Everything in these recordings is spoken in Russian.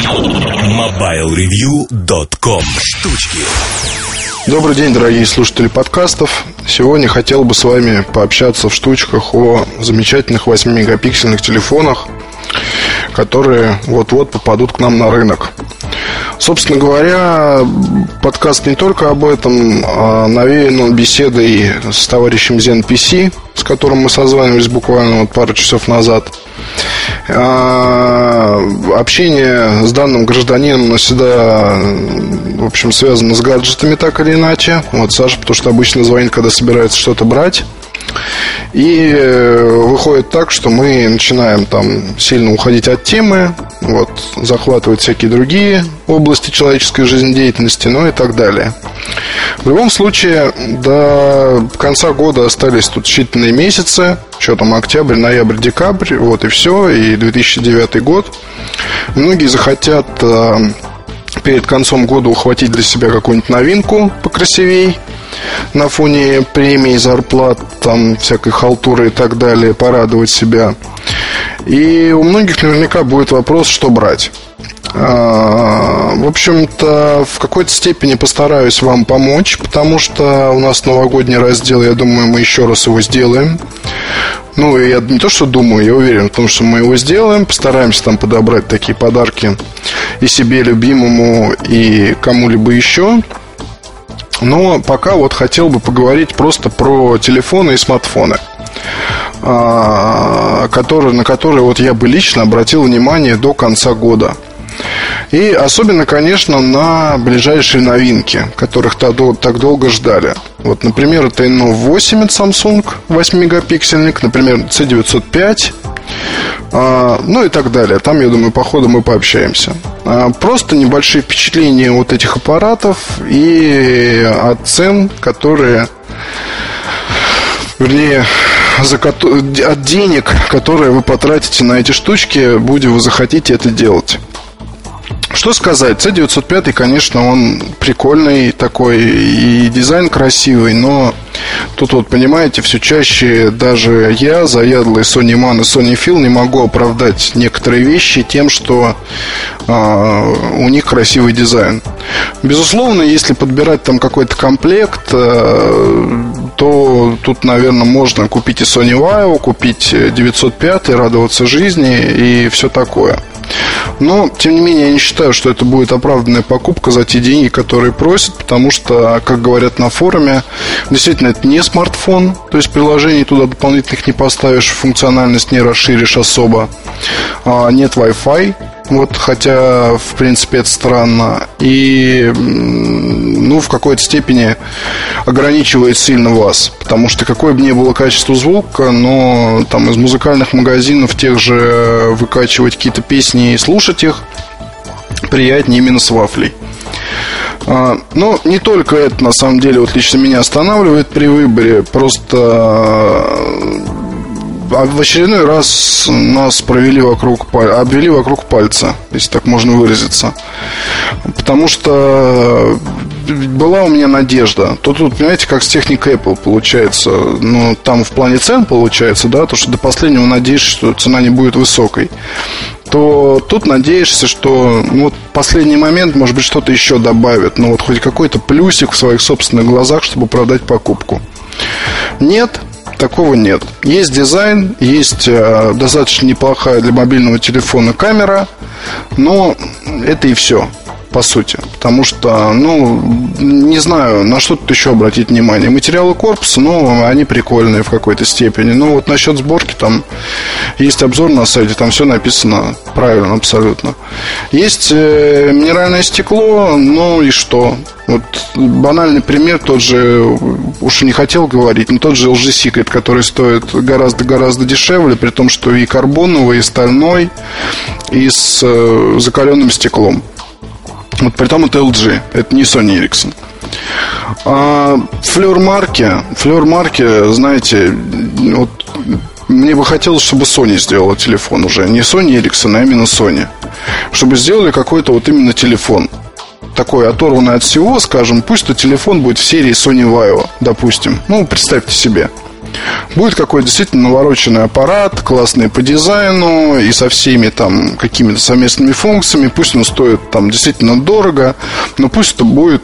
MobileReview.com. Штучки. Добрый день, дорогие слушатели подкастов. Сегодня хотел бы с вами пообщаться в штучках о замечательных 8-мегапиксельных телефонах, которые вот-вот попадут к нам на рынок. Собственно говоря, подкаст не только об этом, а навеян он беседой с товарищем ZenPC, с которым мы созванивались буквально пару часов назад. Общение с данным гражданином всегда, в общем, связано с гаджетами так или иначе. Вот Саша, потому что обычно звонит, когда собирается что-то брать. И выходит так, что мы начинаем там сильно уходить от темы, захватывать всякие другие области человеческой жизнедеятельности, и так далее. В любом случае, до конца года остались тут считанные месяцы. Что там, октябрь, ноябрь, декабрь, и все, и 2009 год. Многие захотят перед концом года ухватить для себя какую-нибудь новинку покрасивей на фоне премий, зарплат, там всякой халтуры и так далее, порадовать себя. И у многих наверняка будет вопрос, что брать. В общем-то, в какой-то степени постараюсь вам помочь, потому что у нас новогодний раздел, я думаю, мы еще раз его сделаем. Я не то, что думаю, я уверен в том, что мы его сделаем. Постараемся там подобрать такие подарки и себе любимому, и кому-либо еще. Но пока хотел бы поговорить просто про телефоны и смартфоны, на которые я бы лично обратил внимание до конца года. И особенно, конечно, на ближайшие новинки, которых так долго ждали. Например, это N8 от Samsung, 8-мегапиксельник, например, C905, и так далее. Там, я думаю, по ходу мы пообщаемся. Просто небольшие впечатления от этих аппаратов и от цен, которые... Вернее, от денег, которые вы потратите на эти штучки, будете вы захотите это делать. Что сказать, C905, конечно, он прикольный такой, и дизайн красивый, но тут понимаете, все чаще даже я, заядлый Sony Man и Sony Phil, не могу оправдать некоторые вещи тем, что у них красивый дизайн. Безусловно, если подбирать там какой-то комплект, то тут, наверное, можно купить и Sony Vaio, купить 905, радоваться жизни и все такое. Но, тем не менее, я не считаю, что это будет оправданная покупка за те деньги, которые просят, потому что, как говорят на форуме, действительно, это не смартфон, то есть приложений туда дополнительных не поставишь, функциональность не расширишь особо, нет Wi-Fi. Хотя, в принципе, это странно. И, в какой-то степени ограничивает сильно вас. Потому что какое бы ни было качество звука, но там из музыкальных магазинов тех же выкачивать какие-то песни и слушать их приятнее именно с вафлей. Но не только это, на самом деле, лично меня останавливает при выборе. Просто... в очередной раз нас обвели вокруг пальца, если так можно выразиться. Потому что была у меня надежда. Тут, понимаете, как с техникой Apple получается. Там в плане цен получается, да, то, что до последнего надеешься, что цена не будет высокой. То тут надеешься, что в последний момент, может быть, что-то еще добавят. Хоть какой-то плюсик в своих собственных глазах, чтобы продать покупку. Нет. Такого нет. Есть дизайн, есть достаточно неплохая для мобильного телефона камера, но это и все, по сути. Потому что, не знаю, на что тут еще обратить внимание. Материалы корпуса, они прикольные в какой-то степени. Но насчет сборки, там есть обзор на сайте, там все написано правильно абсолютно. Есть минеральное стекло, и что? Банальный пример, тот же, уж не хотел говорить, но тот же LG Secret, который стоит гораздо-гораздо дешевле, при том, что и карбоновый, и стальной, и с закаленным стеклом. Притом это LG, это не Sony Ericsson. Флёр-марки, знаете, мне бы хотелось, чтобы Sony сделала телефон уже. Не Sony Ericsson, а именно Sony. Чтобы сделали какой-то именно телефон. Такой оторванный от всего, скажем, пусть то телефон будет в серии Sony Vaio, допустим. Представьте себе. Будет какой-то действительно навороченный аппарат, классный по дизайну и со всеми там какими-то совместными функциями. Пусть он стоит там действительно дорого, но пусть это будет,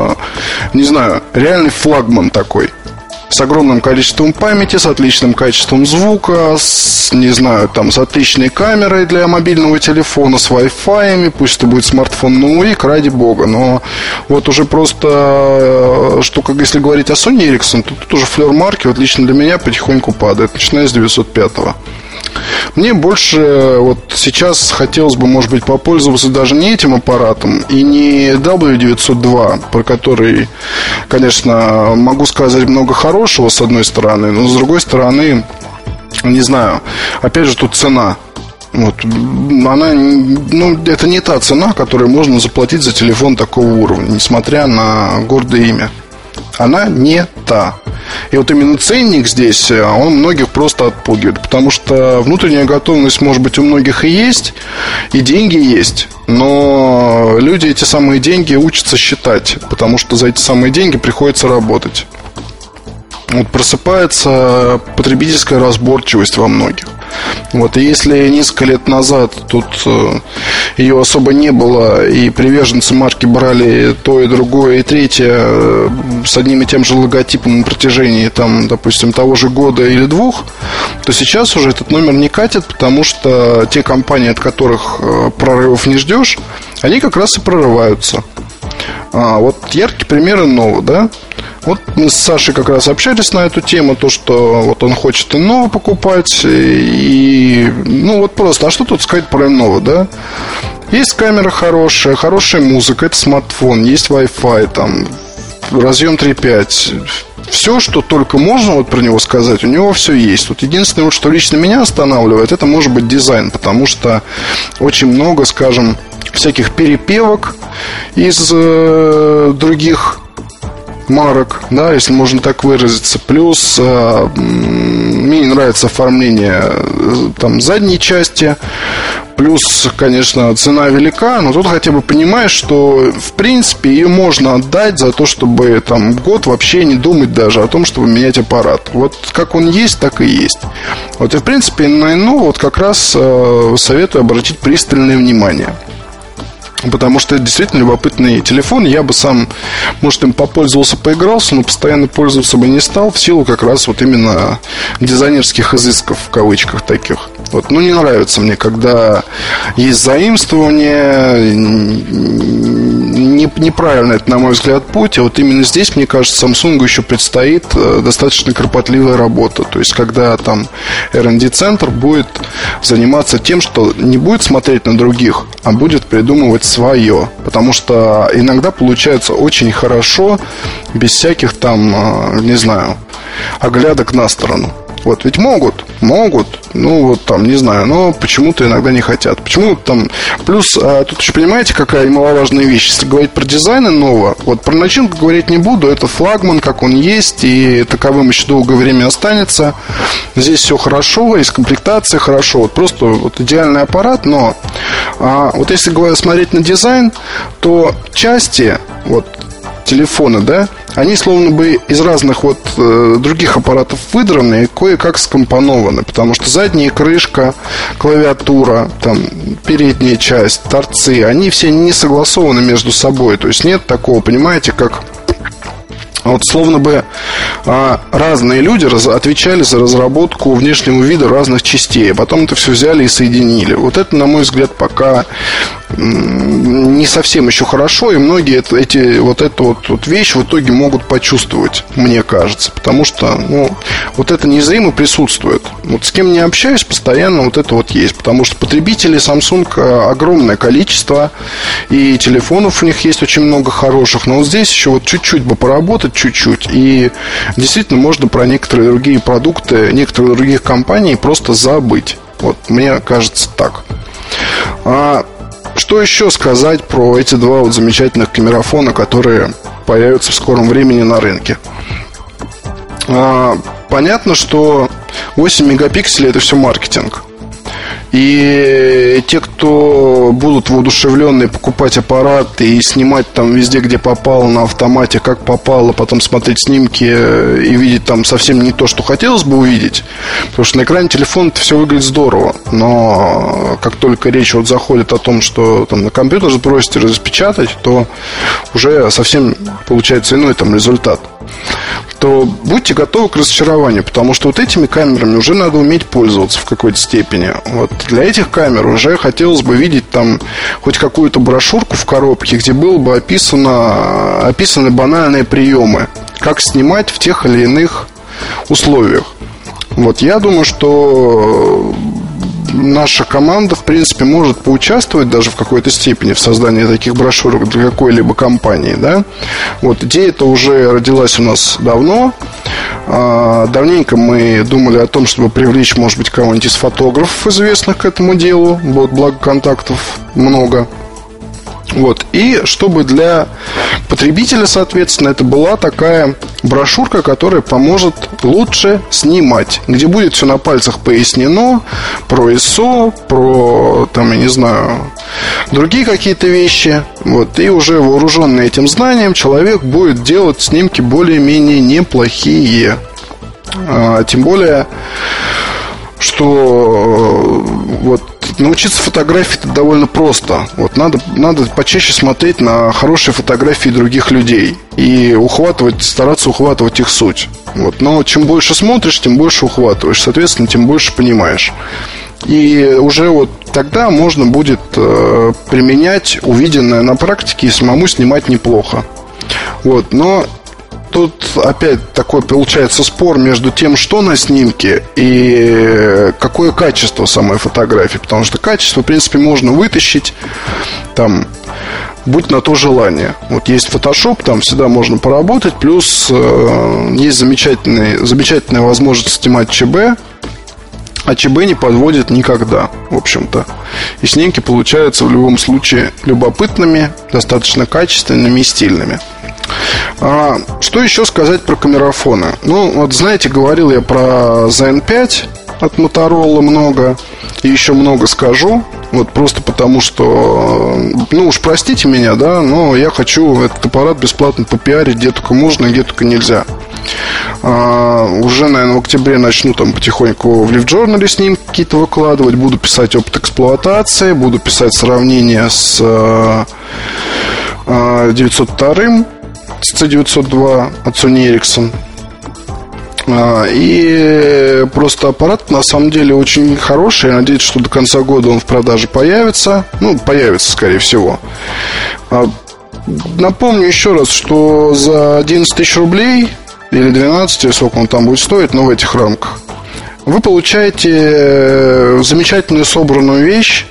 не знаю, реальный флагман такой. С огромным количеством памяти, с отличным качеством звука, не знаю, там, с отличной камерой для мобильного телефона, с Wi-Fi, пусть это будет смартфон Nuvik, ради бога. Но вот уже просто, что, как если говорить о Sony Ericsson, то тут уже флёр-марки, вот лично для меня, потихоньку падает, начиная с 905-го. Мне больше вот сейчас хотелось бы, может быть, попользоваться даже не этим аппаратом и не W902, про который, конечно, могу сказать много хорошего с одной стороны, но с другой стороны, не знаю, опять же тут цена. Вот, она, ну, это не та цена, которую можно заплатить за телефон такого уровня, несмотря на гордое имя. Она не та. И вот именно ценник здесь, он многих просто отпугивает. Потому что внутренняя готовность, может быть, у многих и есть, и деньги есть. Но люди эти самые деньги учатся считать, потому что за эти самые деньги приходится работать. Вот просыпается потребительская разборчивость во многих. Вот, и если несколько лет назад тут ее особо не было, и приверженцы марки брали то и другое, и третье с одним и тем же логотипом на протяжении, там, допустим, того же года или двух, то сейчас уже этот номер не катит, потому что те компании, от которых прорывов не ждешь, они как раз и прорываются. Вот яркий пример Innovo, да? Вот мы с Сашей как раз общались на эту тему, то, что вот он хочет Innovo покупать, и ну вот просто, а что тут сказать про Innovo, да? Есть камера хорошая, хорошая музыка, это смартфон, есть Wi-Fi, там, разъем 3.5. Все, что только можно вот про него сказать, у него все есть. Вот единственное, вот, что лично меня останавливает, это может быть дизайн, потому что очень много, скажем, всяких перепевок из других марок, да, если можно так выразиться. Плюс мне не нравится оформление там задней части. Плюс, конечно, цена велика, но тут хотя бы понимаешь, что в принципе ее можно отдать за то, чтобы там год вообще не думать даже о том, чтобы менять аппарат. Вот как он есть, так и есть. Вот и в принципе на Innovo вот как раз советую обратить пристальное внимание. Потому что это действительно любопытный телефон. Я бы сам, может, им попользовался, поигрался, но постоянно пользоваться бы не стал, в силу как раз вот именно дизайнерских изысков, в кавычках таких. Вот. Ну, не нравится мне, когда есть заимствование. Неправильно это, на мой взгляд, путь. А вот именно здесь, мне кажется, Samsung еще предстоит достаточно кропотливая работа. То есть, когда там R&D-центр будет заниматься тем, что не будет смотреть на других, а будет придумывать свое. Потому что иногда получается очень хорошо, без всяких там, не знаю, оглядок на сторону. Вот, ведь могут, ну вот там, не знаю, но почему-то иногда не хотят. Почему там, плюс, тут еще понимаете, какая немаловажная вещь. Если говорить про дизайн Innovo, вот про начинку говорить не буду, это флагман, как он есть, и таковым еще долгое время останется. Здесь все хорошо, из комплектации хорошо, вот просто вот идеальный аппарат, но вот если смотреть на дизайн, то части, вот, телефона, да, они словно бы из разных вот других аппаратов выдраны и кое-как скомпонованы, потому что задняя крышка, клавиатура, там, передняя часть, торцы, они все не согласованы между собой, то есть нет такого, понимаете, как вот словно бы разные люди отвечали за разработку внешнего вида разных частей, а потом это все взяли и соединили. Вот это, на мой взгляд, пока не совсем еще хорошо, и многие эту вещь в итоге могут почувствовать, мне кажется, потому что, ну, вот это незримо присутствует. Вот с кем не общаюсь, постоянно вот это вот есть, потому что потребителей Samsung огромное количество, и телефонов у них есть очень много хороших, но вот здесь еще вот чуть-чуть бы поработать, чуть-чуть, и действительно можно про некоторые другие продукты, некоторых других компаний просто забыть. Вот мне кажется так. Что еще сказать про эти два вот замечательных камерафона, которые появятся в скором времени на рынке? Понятно, что 8 мегапикселей — это все маркетинг. И те, кто будут воодушевленные покупать аппарат и снимать там везде, где попало, на автомате, как попало, потом смотреть снимки и видеть там совсем не то, что хотелось бы увидеть. Потому что на экране телефона все выглядит здорово. Но как только речь вот заходит о том, что там на компьютер сбросить и распечатать, то уже совсем получается иной там результат. То будьте готовы к разочарованию, потому что вот этими камерами уже надо уметь пользоваться в какой-то степени. Вот для этих камер уже хотелось бы видеть там хоть какую-то брошюрку в коробке, где было бы описаны банальные приемы, как снимать в тех или иных условиях. Вот я думаю, что наша команда, в принципе, может поучаствовать даже в какой-то степени в создании таких брошюрок для какой-либо компании, да? Вот, идея-то уже родилась у нас давно. Давненько мы думали о том, чтобы привлечь, может быть, кого-нибудь из фотографов, известных к этому делу. Вот, благо контактов много. Вот. И чтобы для потребителя, соответственно, это была такая брошюрка, которая поможет лучше снимать, где будет все на пальцах пояснено про ISO, про, там, я не знаю, другие какие-то вещи. Вот. И уже вооруженный этим знанием человек будет делать снимки более-менее неплохие. Тем более, что вот научиться фотографии это довольно просто. Вот надо почаще смотреть на хорошие фотографии других людей и стараться ухватывать их суть. Вот. Но чем больше смотришь, тем больше ухватываешь. Соответственно, тем больше понимаешь. И уже вот тогда можно будет применять увиденное на практике и самому снимать неплохо. Вот. Но тут опять такой получается спор между тем, что на снимке, и какое качество самой фотографии. Потому что качество, в принципе, можно вытащить там, будь на то желание. Вот есть Photoshop, там всегда можно поработать. Плюс есть замечательная возможность снимать ЧБ. А ЧБ не подводит никогда, в общем-то. И снимки получаются в любом случае любопытными, достаточно качественными и стильными. Что еще сказать про камерафоны? Ну, вот знаете, говорил я про ZN5 от Motorola много. И еще много скажу. Вот просто потому, что, ну уж простите меня, да, но я хочу этот аппарат бесплатно попиарить, где только можно, где только нельзя. Уже, наверное, в октябре начну там потихоньку в LiveJournal снимки какие-то выкладывать. Буду писать опыт эксплуатации, буду писать сравнение с 902, с C902 от Sony Ericsson. И просто аппарат на самом деле очень хороший. Я надеюсь, что до конца года он в продаже появится. Ну, появится, скорее всего. Напомню еще раз, что за 11 тысяч рублей или 12, или сколько он там будет стоить, но в этих рамках, вы получаете замечательно собранную вещь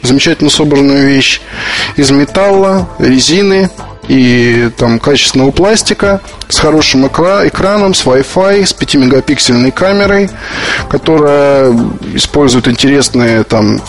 из металла, резины и там качественного пластика, с хорошим экраном, с Wi-Fi, с 5-мегапиксельной камерой, которая использует интересные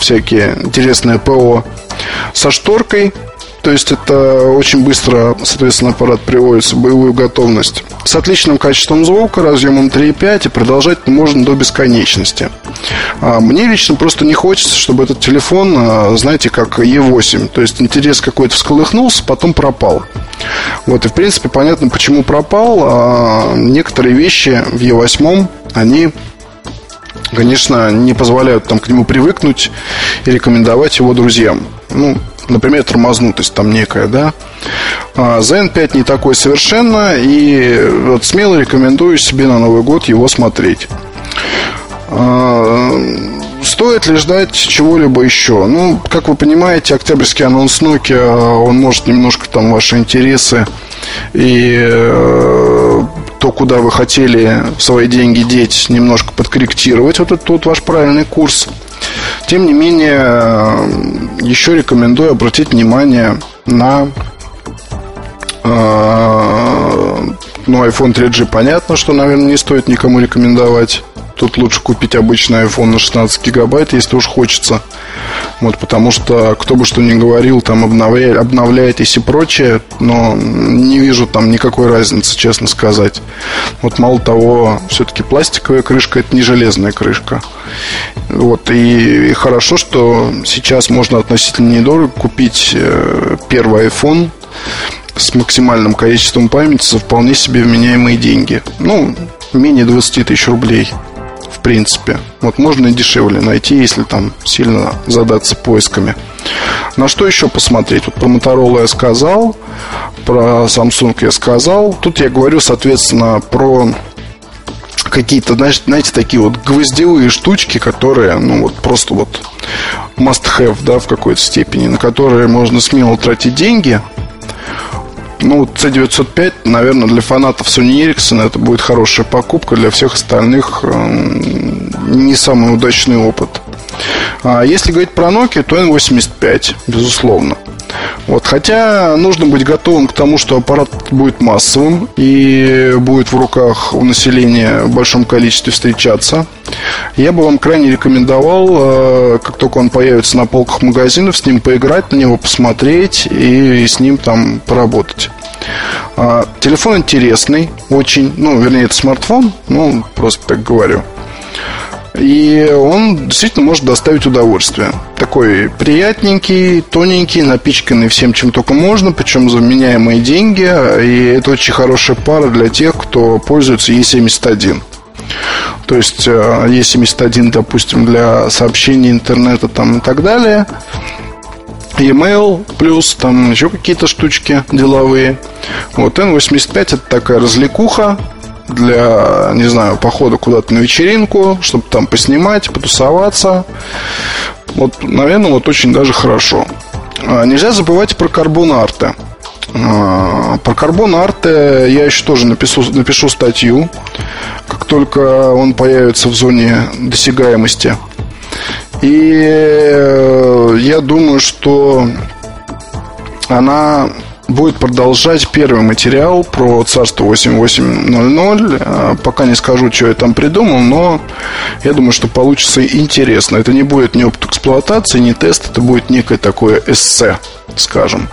ПО, со шторкой. То есть это очень быстро, соответственно, аппарат приводится в боевую готовность. С отличным качеством звука, разъемом 3.5, и продолжать можно до бесконечности. Мне лично просто не хочется, чтобы этот телефон, знаете, как E8. То есть интерес какой-то всколыхнулся, потом пропал. Вот, и в принципе понятно, почему пропал. Некоторые вещи в E8, они, конечно, не позволяют там к нему привыкнуть и рекомендовать его друзьям. Ну, например, тормознутость там некая, да. ZN5 не такой совершенно. И вот смело рекомендую себе на Новый год его смотреть. Стоит ли ждать чего-либо еще? Ну, как вы понимаете, октябрьский анонс Nokia, он может немножко там ваши интересы и то, куда вы хотели свои деньги деть, немножко подкорректировать. Вот это вот ваш правильный курс. Тем не менее, еще рекомендую обратить внимание на iPhone 3G. Понятно, что, наверное, не стоит никому рекомендовать. тут лучше купить обычный iPhone на 16 гигабайт, если уж хочется. Вот, потому что, кто бы что ни говорил, там обновляетесь и прочее, но не вижу там никакой разницы, честно сказать. Вот, мало того, все-таки пластиковая крышка — это не железная крышка. Вот, и хорошо, что сейчас можно относительно недорого купить первый iPhone с максимальным количеством памяти за вполне себе вменяемые деньги. Ну, менее 20 тысяч рублей, в принципе. Вот можно и дешевле найти, если там сильно задаться поисками. На что еще посмотреть? Вот про Motorola я сказал, про Samsung я сказал. Тут я говорю, соответственно, про какие-то, знаете, такие вот гвоздевые штучки, которые, ну вот просто вот must have, да, в какой-то степени, на которые можно смело тратить деньги. Ну, C905, наверное, для фанатов Sony Ericsson это будет хорошая покупка. Для всех остальных не самый удачный опыт. А если говорить про Nokia, то N85, безусловно. Вот, хотя нужно быть готовым к тому, что аппарат будет массовым и будет в руках у населения в большом количестве встречаться. Я бы вам крайне рекомендовал, как только он появится на полках магазинов, с ним поиграть, на него посмотреть и с ним там поработать. Телефон интересный, очень, ну, вернее, это смартфон, ну, просто так говорю. И он действительно может доставить удовольствие. Такой приятненький, тоненький, напичканный всем, чем только можно, причем за вменяемые деньги. И это очень хорошая пара для тех, кто пользуется E71. То есть E71, допустим, для сообщений, интернета там, и так далее. E-mail, плюс там еще какие-то штучки деловые. Вот N85 это такая развлекуха для, не знаю, похода куда-то на вечеринку, чтобы там поснимать, потусоваться. Вот, наверное, вот очень даже хорошо. Нельзя забывать про Carbon Arte. Про Carbon Arte я еще тоже напишу статью, как только он появится в зоне досягаемости. И я думаю, что она будет продолжать первый материал про Царство 8800. Пока не скажу, что я там придумал, но я думаю, что получится интересно. Это не будет ни опыт эксплуатации, ни тест. Это будет некое такое эссе, скажем.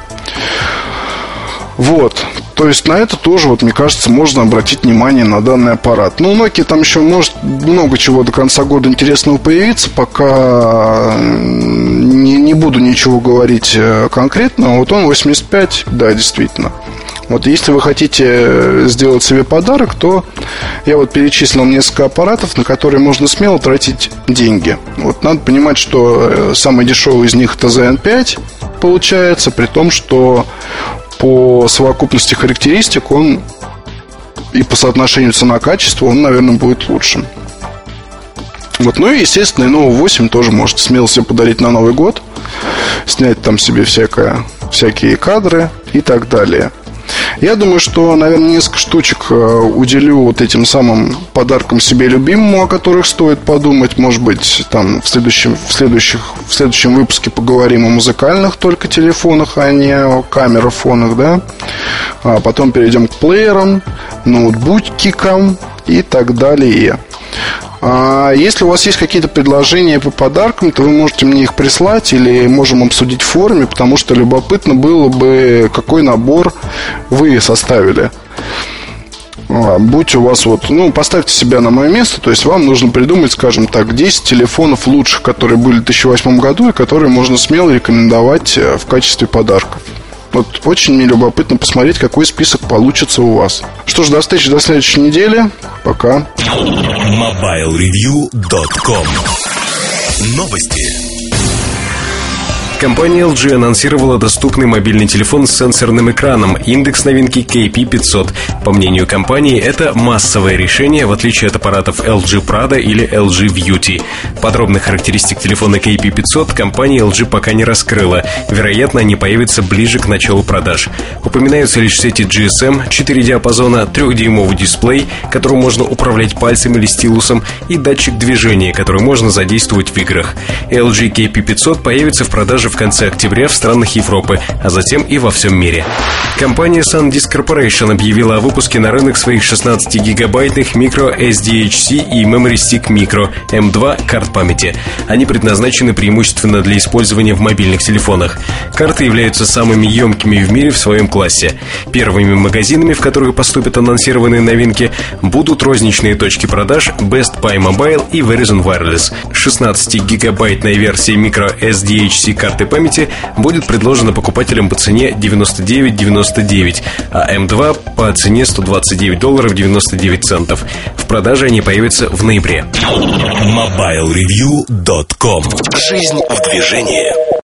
Вот. То есть на это тоже, вот, мне кажется, можно обратить внимание на данный аппарат. Ну, у Nokia там еще может много чего до конца года интересного появиться. Пока не буду ничего говорить конкретно. Вот он 85, да, действительно. Вот если вы хотите сделать себе подарок, то я вот перечислил несколько аппаратов, на которые можно смело тратить деньги. Вот надо понимать, что самый дешевый из них это ZN5 получается, при том, что по совокупности характеристик он и по соотношению цена-качество он, наверное, будет лучшим. Вот. Ну и, естественно, и Nova 8 тоже можете смело себе подарить на Новый год. Снять там себе всякие кадры и так далее. Я думаю, что, наверное, несколько штучек уделю вот этим самым подаркам себе любимому, о которых стоит подумать. Может быть, там в следующем выпуске поговорим о музыкальных только телефонах, а не о камерафонах, да? А потом перейдем к плеерам, ноутбукикам и так далее. Если у вас есть какие-то предложения по подаркам, то вы можете мне их прислать или можем обсудить в форуме, потому что любопытно было бы, какой набор вы составили. Будь у вас вот, поставьте себя на мое место. То есть вам нужно придумать, скажем так, 10 телефонов лучших, которые были в 2008 году и которые можно смело рекомендовать в качестве подарков. Вот очень мне любопытно посмотреть, какой список получится у вас. Что ж, до встречи до следующей недели. Пока. MobileReview.com. Новости. Компания LG анонсировала доступный мобильный телефон с сенсорным экраном, индекс новинки KP500. По мнению компании, это массовое решение, в отличие от аппаратов LG Prado или LG Beauty. Подробных характеристик телефона KP500 компания LG пока не раскрыла. Вероятно, они появятся ближе к началу продаж. Упоминаются лишь сети GSM, 4 диапазона, 3-дюймовый дисплей, которым можно управлять пальцем или стилусом, и датчик движения, который можно задействовать в играх. LG KP500 появится в продаже продажи в конце октября в странах Европы, а затем и во всем мире. Компания SanDisk Corporation объявила о выпуске на рынок своих 16-гигабайтных micro SDHC и Memory Stick Micro M2 карт памяти. Они предназначены преимущественно для использования в мобильных телефонах. Карты являются самыми емкими в мире в своем классе. Первыми магазинами, в которых поступят анонсированные новинки, будут розничные точки продаж Best Buy Mobile и Verizon Wireless. 16-гигабайтная версия micro SDHC карты памяти будет предложена покупателям по цене $99.99, а M2 по цене $129.99. В продаже они появятся в ноябре. MobileReview.com. Жизнь в движении.